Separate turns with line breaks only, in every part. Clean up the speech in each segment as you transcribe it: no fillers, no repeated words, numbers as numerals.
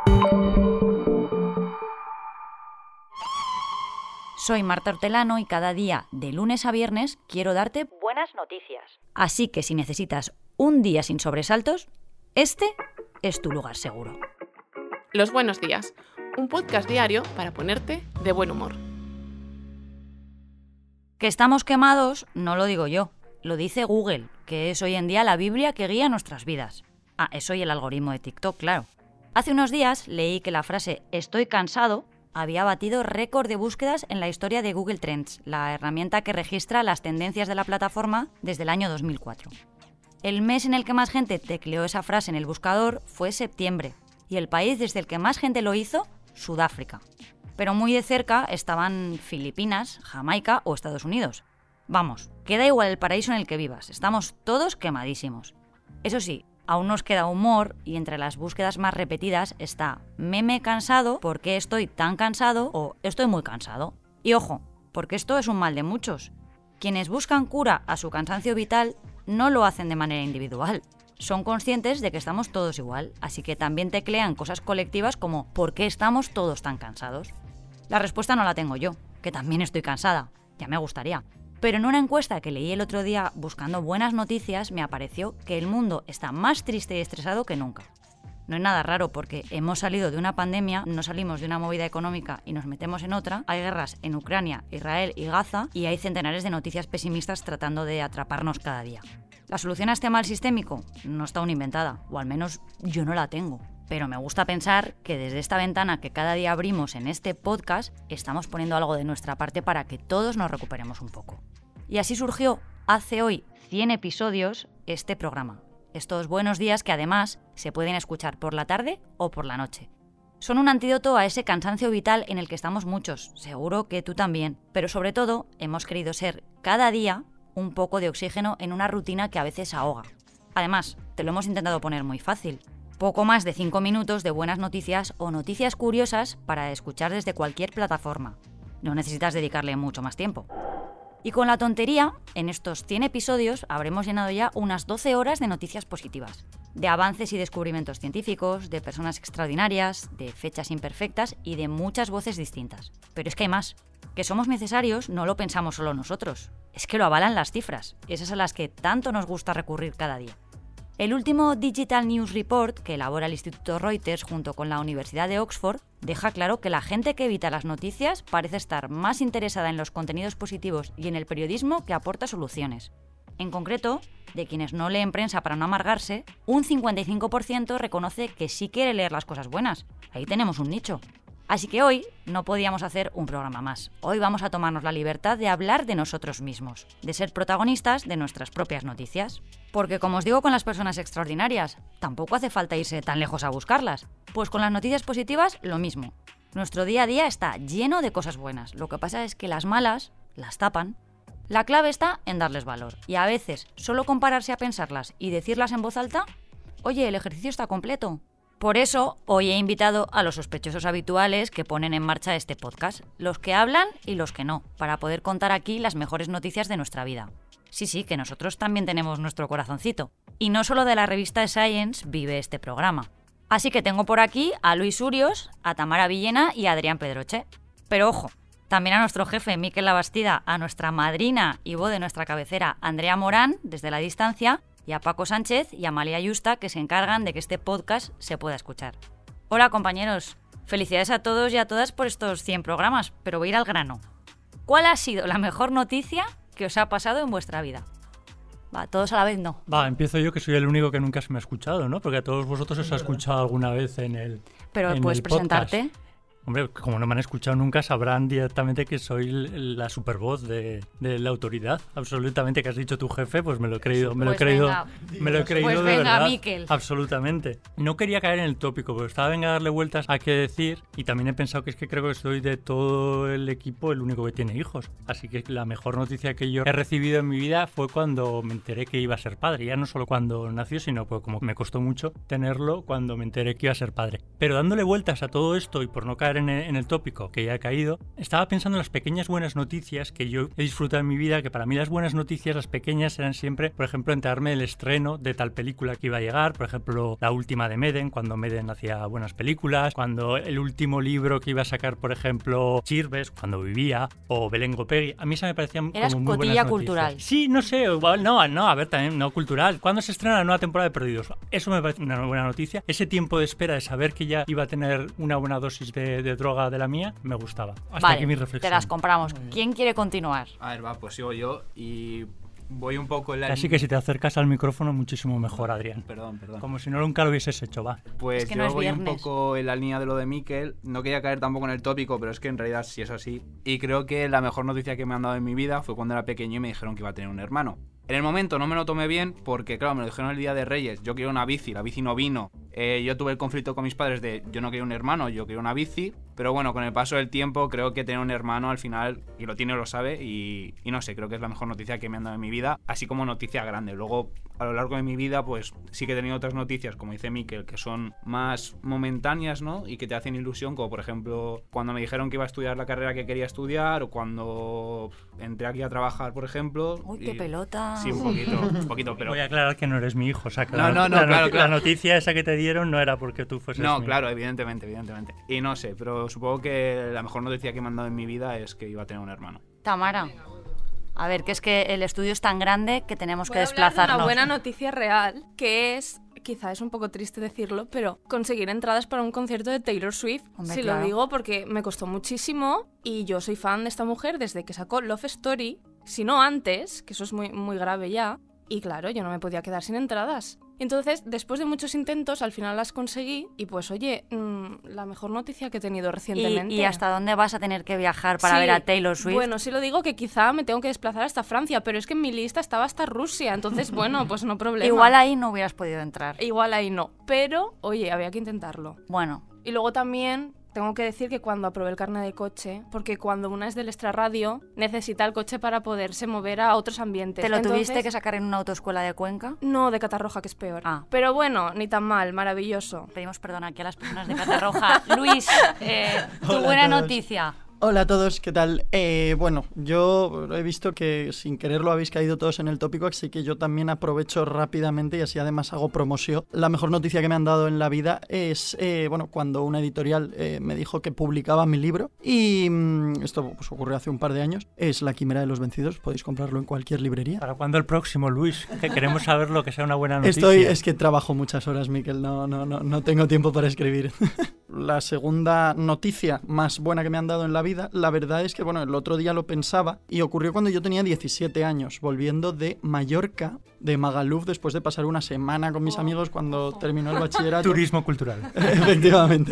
Soy Marta Hortelano y cada día, de lunes a viernes, quiero darte buenas noticias. Así que si necesitas un día sin sobresaltos, este es tu lugar seguro.
Los buenos días, un podcast diario para ponerte de buen humor.
Que estamos quemados no lo digo yo, lo dice Google, que es hoy en día la Biblia que guía nuestras vidas. Eso y el algoritmo de TikTok, claro. Hace unos días leí que la frase "estoy cansado" había batido récord de búsquedas en la historia de Google Trends, la herramienta que registra las tendencias de la plataforma desde el año 2004. El mes en el que más gente tecleó esa frase en el buscador fue septiembre, y el país desde el que más gente lo hizo, Sudáfrica. Pero muy de cerca estaban Filipinas, Jamaica o Estados Unidos. Vamos, queda igual el paraíso en el que vivas, estamos todos quemadísimos. Eso sí, aún nos queda humor y entre las búsquedas más repetidas está "meme cansado", "¿por qué estoy tan cansado?" o "estoy muy cansado". Y ojo, porque esto es un mal de muchos. Quienes buscan cura a su cansancio vital no lo hacen de manera individual. Son conscientes de que estamos todos igual, así que también teclean cosas colectivas como "¿por qué estamos todos tan cansados?". La respuesta no la tengo yo, que también estoy cansada, ya me gustaría. Pero en una encuesta que leí el otro día buscando buenas noticias me apareció que el mundo está más triste y estresado que nunca. No es nada raro porque hemos salido de una pandemia, no salimos de una movida económica y nos metemos en otra, hay guerras en Ucrania, Israel y Gaza y hay centenares de noticias pesimistas tratando de atraparnos cada día. La solución a este mal sistémico no está aún inventada, o al menos yo no la tengo. Pero me gusta pensar que desde esta ventana que cada día abrimos en este podcast, estamos poniendo algo de nuestra parte para que todos nos recuperemos un poco. Y así surgió, hace hoy 100 episodios, este programa. Estos buenos días que además se pueden escuchar por la tarde o por la noche. Son un antídoto a ese cansancio vital en el que estamos muchos, seguro que tú también. Pero sobre todo, hemos querido ser cada día un poco de oxígeno en una rutina que a veces ahoga. Además, te lo hemos intentado poner muy fácil. Poco más de 5 minutos de buenas noticias o noticias curiosas para escuchar desde cualquier plataforma. No necesitas dedicarle mucho más tiempo. Y con la tontería, en estos 100 episodios habremos llenado ya unas 12 horas de noticias positivas. De avances y descubrimientos científicos, de personas extraordinarias, de fechas imperfectas y de muchas voces distintas. Pero es que hay más. Que somos necesarios no lo pensamos solo nosotros. Es que lo avalan las cifras, esas a las que tanto nos gusta recurrir cada día. El último Digital News Report, que elabora el Instituto Reuters junto con la Universidad de Oxford, deja claro que la gente que evita las noticias parece estar más interesada en los contenidos positivos y en el periodismo que aporta soluciones. En concreto, de quienes no leen prensa para no amargarse, un 55% reconoce que sí quiere leer las cosas buenas. Ahí tenemos un nicho. Así que hoy no podíamos hacer un programa más. Hoy vamos a tomarnos la libertad de hablar de nosotros mismos, de ser protagonistas de nuestras propias noticias. Porque como os digo con las personas extraordinarias, tampoco hace falta irse tan lejos a buscarlas. Pues con las noticias positivas, lo mismo. Nuestro día a día está lleno de cosas buenas. Lo que pasa es que las malas las tapan. La clave está en darles valor. Y a veces, solo con pararse a pensarlas y decirlas en voz alta, oye, el ejercicio está completo. Por eso, hoy he invitado a los sospechosos habituales que ponen en marcha este podcast, los que hablan y los que no, para poder contar aquí las mejores noticias de nuestra vida. Sí, que nosotros también tenemos nuestro corazoncito. Y no solo de la revista Science vive este programa. Así que tengo por aquí a Luis Urios, a Tamara Villena y a Adrián Pedroche. Pero ojo, también a nuestro jefe Mikel Labastida, a nuestra madrina y voz de nuestra cabecera Andrea Morán, desde la distancia, y a Paco Sánchez y a Amalia Yusta, que se encargan de que este podcast se pueda escuchar. Hola compañeros, felicidades a todos y a todas por estos 100 programas, pero voy a ir al grano. ¿Cuál ha sido la mejor noticia que os ha pasado en vuestra vida? Va, todos a la vez no.
Empiezo yo, que soy el único que nunca se me ha escuchado, ¿no? Porque a todos vosotros os ha escuchado alguna vez en el
Pero
en
puedes
el podcast.
presentarte.
Hombre, como no me han escuchado nunca, sabrán directamente que soy la supervoz de la autoridad. Absolutamente, que has dicho tu jefe, pues me lo he creído. Me lo he creído
Pues
de
venga,
verdad.
Mikel.
Absolutamente. No quería caer en el tópico, pero estaba venga a darle vueltas a qué decir. Y también he pensado que es que creo que soy de todo el equipo el único que tiene hijos. Así que la mejor noticia que yo he recibido en mi vida fue cuando me enteré que iba a ser padre. Ya no solo cuando nació, sino pues como me costó mucho tenerlo, cuando me enteré que iba a ser padre. Pero dándole vueltas a todo esto y por no caer caer en el tópico, que ya he caído, estaba pensando en las pequeñas buenas noticias que yo he disfrutado en mi vida, que para mí las buenas noticias, las pequeñas, eran siempre, por ejemplo, enterarme del estreno de tal película que iba a llegar, por ejemplo, la última de Meden, cuando Meden hacía buenas películas, cuando el último libro que iba a sacar, por ejemplo, Chirves, cuando vivía, o Belén Gopegui. A mí esa me parecían como muy buenas noticias.
Eras cotilla cultural.
Sí, no sé, igual, no, a ver, también no cultural. ¿Cuándo se estrena la nueva temporada de Perdidos? Eso me parece una buena noticia. Ese tiempo de espera de saber que ya iba a tener una buena dosis de droga de la mía, me gustaba. Hasta aquí mi reflexión.
Te las compramos. ¿Quién quiere continuar?
A ver, va, pues sigo yo y voy un poco en la...
Así que si te acercas al micrófono, muchísimo mejor, Adrián.
Perdón.
Como si no nunca lo hubieses hecho, va.
Pues
es que
yo
no es
voy un
viernes.
poco en la línea de lo de Mikel. No quería caer tampoco en el tópico, pero es que en realidad sí es así. Y creo que la mejor noticia que me han dado en mi vida fue cuando era pequeño y me dijeron que iba a tener un hermano. En el momento no me lo tomé bien porque, claro, me lo dijeron el día de Reyes. Yo quería una bici, la bici no vino. Yo tuve el conflicto con mis padres de yo no quería un hermano, yo quería una bici. Pero bueno, con el paso del tiempo creo que tener un hermano al final, y lo tiene o lo sabe, y no sé, creo que es la mejor noticia que me han dado en mi vida, así como noticia grande. Luego, a lo largo de mi vida, pues sí que he tenido otras noticias, como dice Mikel, que son más momentáneas, ¿no? Y que te hacen ilusión, como por ejemplo, cuando me dijeron que iba a estudiar la carrera que quería estudiar, o cuando entré aquí a trabajar, por ejemplo.
Uy, qué pelota.
Sí, un poquito, pero...
Voy a aclarar que no eres mi hijo, o sea, que
No, claro.
La noticia esa que te dieron no era porque tú fueses
No,
mi
claro, evidentemente. Y no sé, pero supongo que la mejor noticia que me han dado en mi vida es que iba a tener un hermano.
Tamara. A ver, que es que el estudio es tan grande que tenemos que
Voy a hablar de
desplazarnos.
una buena noticia real, que es, quizá es un poco triste decirlo, pero conseguir entradas para un concierto de Taylor Swift.
Hombre,
Sí,
claro.
lo digo porque me costó muchísimo y yo soy fan de esta mujer desde que sacó Love Story, si no antes, que eso es muy, muy grave ya. Y claro, yo no me podía quedar sin entradas. Entonces, después de muchos intentos, al final las conseguí y pues oye, la mejor noticia que he tenido recientemente.
¿Y hasta dónde vas a tener que viajar para
Sí,
ver a Taylor Swift?
Bueno, sí lo digo que quizá me tengo que desplazar hasta Francia, pero es que en mi lista estaba hasta Rusia, entonces bueno, pues no problema.
Igual ahí no hubieras podido entrar.
Igual ahí no, pero oye, había que intentarlo.
Bueno,
Y luego también tengo que decir que cuando aprobé el carnet de coche, porque cuando una es del extrarradio, necesita el coche para poderse mover a otros ambientes.
¿te lo
Entonces,
tuviste que sacar en una autoescuela de Cuenca?
No, de Catarroja, que es peor.
Ah.
Pero bueno, ni tan mal, maravilloso.
Pedimos perdón aquí a las personas de Catarroja. Luis, tu
Hola a
buena
todos.
noticia.
Hola a todos, ¿qué tal? Bueno, yo he visto que sin quererlo habéis caído todos en el tópico, así que yo también aprovecho rápidamente y así además hago promoción. La mejor noticia que me han dado en la vida es, cuando una editorial me dijo que publicaba mi libro, y esto pues, ocurrió hace un par de años, es La Quimera de los Vencidos, podéis comprarlo en cualquier librería.
¿Para cuándo el próximo, Luis? Que queremos saber lo que sea una buena noticia.
Es que trabajo muchas horas, Mikel, no tengo tiempo para escribir. La segunda noticia más buena que me han dado en la vida, la verdad es que, bueno, el otro día lo pensaba y ocurrió cuando yo tenía 17 años, volviendo de Mallorca, de Magaluf, después de pasar una semana con mis amigos cuando terminó el bachillerato.
Turismo cultural.
Efectivamente.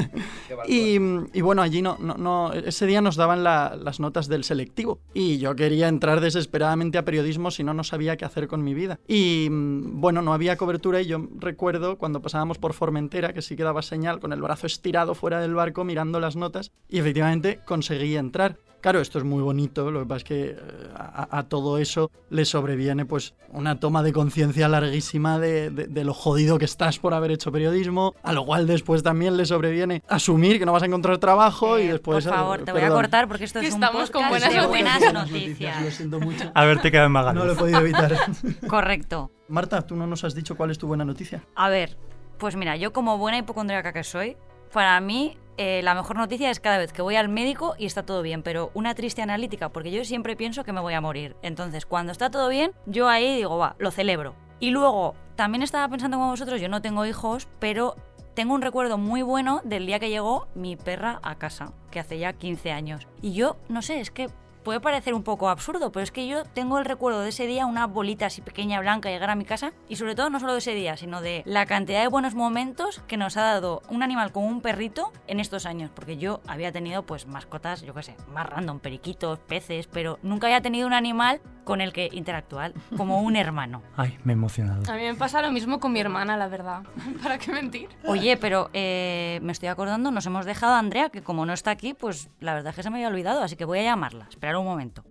Y bueno, allí ese día nos daban las notas del selectivo y yo quería entrar desesperadamente a periodismo, si no sabía qué hacer con mi vida. Y bueno, no había cobertura y yo recuerdo cuando pasábamos por Formentera, que sí que daba señal, con el brazo estirado fuera del barco mirando las notas, y efectivamente conseguí entrar. Claro, esto es muy bonito, lo que pasa es que a todo eso le sobreviene pues una toma de conciencia larguísima de lo jodido que estás por haber hecho periodismo, a lo cual después también le sobreviene asumir que no vas a encontrar trabajo y después...
Por favor, te voy a
perdón.
cortar porque esto
Que
es un
estamos con
podcast
buenas
de buenas
Lo
noticias.
siento mucho.
Haberte quedado en Magaluf.
No lo he podido evitar.
Correcto.
Marta, tú no nos has dicho cuál es tu buena noticia.
A ver, pues mira, yo como buena hipocondríaca que soy, para mí la mejor noticia es cada vez que voy al médico y está todo bien, pero una triste analítica, porque yo siempre pienso que me voy a morir. Entonces, cuando está todo bien, yo ahí digo, va, lo celebro. Y luego, también estaba pensando como vosotros, yo no tengo hijos, pero tengo un recuerdo muy bueno del día que llegó mi perra a casa, que hace ya 15 años. Y yo, no sé, es que puede parecer un poco absurdo, pero es que yo tengo el recuerdo de ese día, una bolita así pequeña, blanca, llegar a mi casa, y sobre todo no solo de ese día, sino de la cantidad de buenos momentos que nos ha dado un animal como un perrito en estos años, porque yo había tenido pues mascotas, yo qué sé, más random, periquitos, peces, pero nunca había tenido un animal con el que interactuar, como un hermano.
Ay, me he emocionado.
A mí me pasa lo mismo con mi hermana, la verdad. ¿Para qué mentir?
Oye, pero me estoy acordando, nos hemos dejado a Andrea, que como no está aquí, pues la verdad es que se me había olvidado, así que voy a llamarla. Esperad un momento.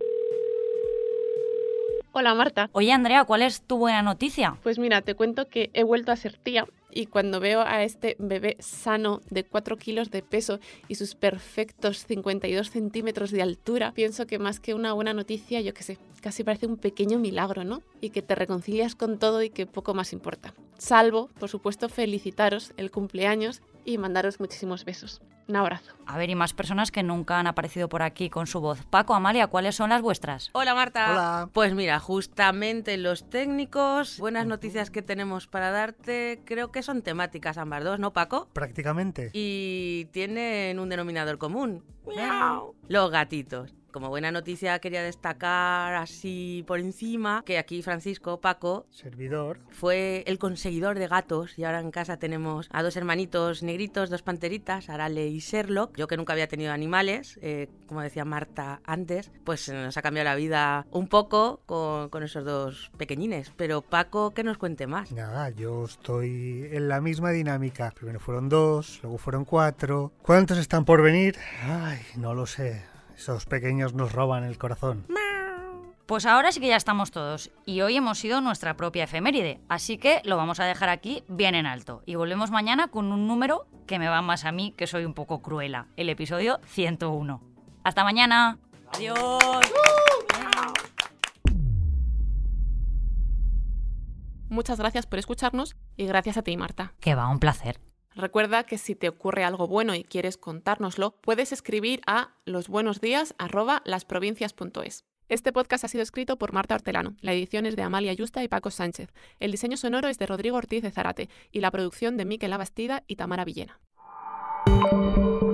Hola Marta.
Oye, Andrea, ¿cuál es tu buena noticia?
Pues mira, te cuento que he vuelto a ser tía Y cuando veo a este bebé sano de 4 kilos de peso y sus perfectos 52 centímetros de altura, pienso que más que una buena noticia, yo qué sé, casi parece un pequeño milagro, ¿no? Y que te reconcilias con todo y que poco más importa. Salvo, por supuesto, felicitaros el cumpleaños y mandaros muchísimos besos. Un abrazo.
A ver, y más personas que nunca han aparecido por aquí con su voz. Paco, Amalia, ¿cuáles son las vuestras?
Hola Marta.
Hola.
Pues mira, justamente los técnicos, buenas noticias que tenemos para darte, creo que son temáticas ambas dos, ¿no, Paco?
Prácticamente.
Y tienen un denominador común. ¡Miau! Los gatitos. Como buena noticia quería destacar así por encima que aquí Francisco, Paco,
Servidor.
fue el conseguidor de gatos y ahora en casa tenemos a 2 hermanitos negritos, 2 panteritas, Arale y Sherlock. Yo que nunca había tenido animales, como decía Marta antes, pues nos ha cambiado la vida un poco con esos 2 pequeñines. Pero Paco, que nos cuente más.
Nada, yo estoy en la misma dinámica. Primero fueron 2, luego fueron 4. ¿Cuántos están por venir? Ay, no lo sé. Esos pequeños nos roban el corazón.
Pues ahora sí que ya estamos todos y hoy hemos sido nuestra propia efeméride, así que lo vamos a dejar aquí bien en alto y volvemos mañana con un número que me va más a mí, que soy un poco cruela, el episodio 101. ¡Hasta mañana! ¡Adiós!
Muchas gracias por escucharnos y gracias a ti, Marta.
Que va, un placer.
Recuerda que si te ocurre algo bueno y quieres contárnoslo, puedes escribir a losbuenosdias@lasprovincias.es. Este podcast ha sido escrito por Marta Hortelano, la edición es de Amalia Yusta y Paco Sánchez, el diseño sonoro es de Rodrigo Ortiz de Zárate y la producción de Mikel Abastida y Tamara Villena.